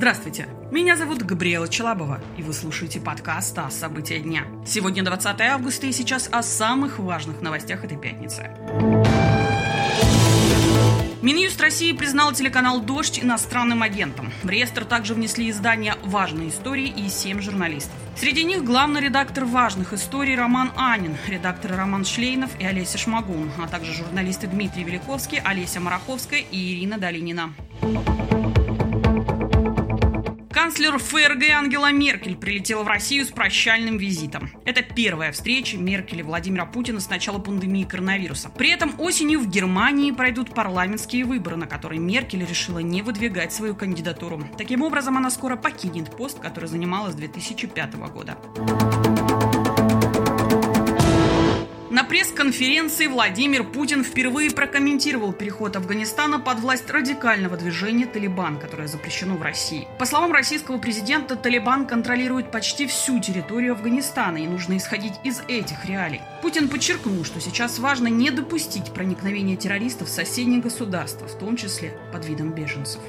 Здравствуйте, меня зовут Габриэла Челабова, и вы слушаете подкаст о событиях дня. Сегодня 20 августа, и сейчас о самых важных новостях этой пятницы. Минюст России признал телеканал «Дождь» иностранным агентом. В реестр также внесли издания «Важные истории» и 7 журналистов. Среди них главный редактор «Важных историй» Роман Анин, редакторы Роман Шлейнов и Олеся Шмагун, а также журналисты Дмитрий Великовский, Олеся Мараховская и Ирина Долинина. Канцлер ФРГ Ангела Меркель прилетела в Россию с прощальным визитом. Это первая встреча Меркель и Владимира Путина с начала пандемии коронавируса. При этом осенью в Германии пройдут парламентские выборы, на которые Меркель решила не выдвигать свою кандидатуру. Таким образом, она скоро покинет пост, который занимала с 2005 года. На пресс-конференции Владимир Путин впервые прокомментировал переход Афганистана под власть радикального движения «Талибан», которое запрещено в России. По словам российского президента, «Талибан» контролирует почти всю территорию Афганистана, и нужно исходить из этих реалий. Путин подчеркнул, что сейчас важно не допустить проникновения террористов в соседние государства, в том числе под видом беженцев.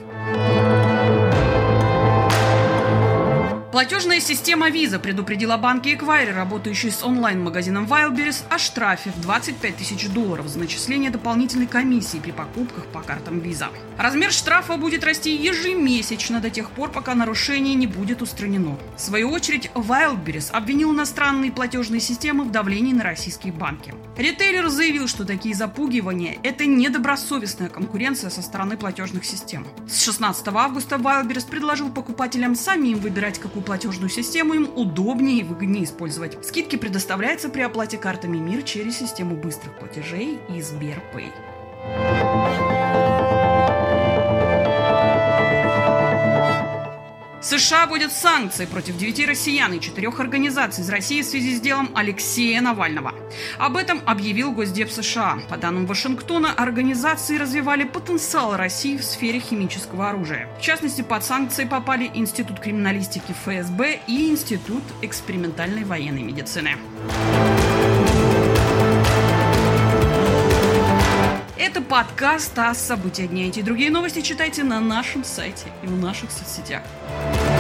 Платежная система Visa предупредила банки Эквайры, работающие с онлайн-магазином Wildberries, о штрафе в $25 тысяч за начисление дополнительной комиссии при покупках по картам Visa. Размер штрафа будет расти ежемесячно до тех пор, пока нарушение не будет устранено. В свою очередь, Wildberries обвинил иностранные платежные системы в давлении на российские банки. Ритейлер заявил, что такие запугивания – это недобросовестная конкуренция со стороны платежных систем. С 16 августа Wildberries предложил покупателям самим выбирать, какую платежную систему им удобнее и выгоднее использовать. Скидки предоставляются при оплате картами МИР через систему быстрых платежей и Сберпэй. США вводят санкции против 9 россиян и 4 организаций из России в связи с делом Алексея Навального. Об этом объявил Госдеп США. По данным Вашингтона, организации развивали потенциал России в сфере химического оружия. В частности, под санкции попали Институт криминалистики ФСБ и Институт экспериментальной военной медицины. Это подкаст о событиях дня. Эти и другие новости читайте на нашем сайте и в наших соцсетях.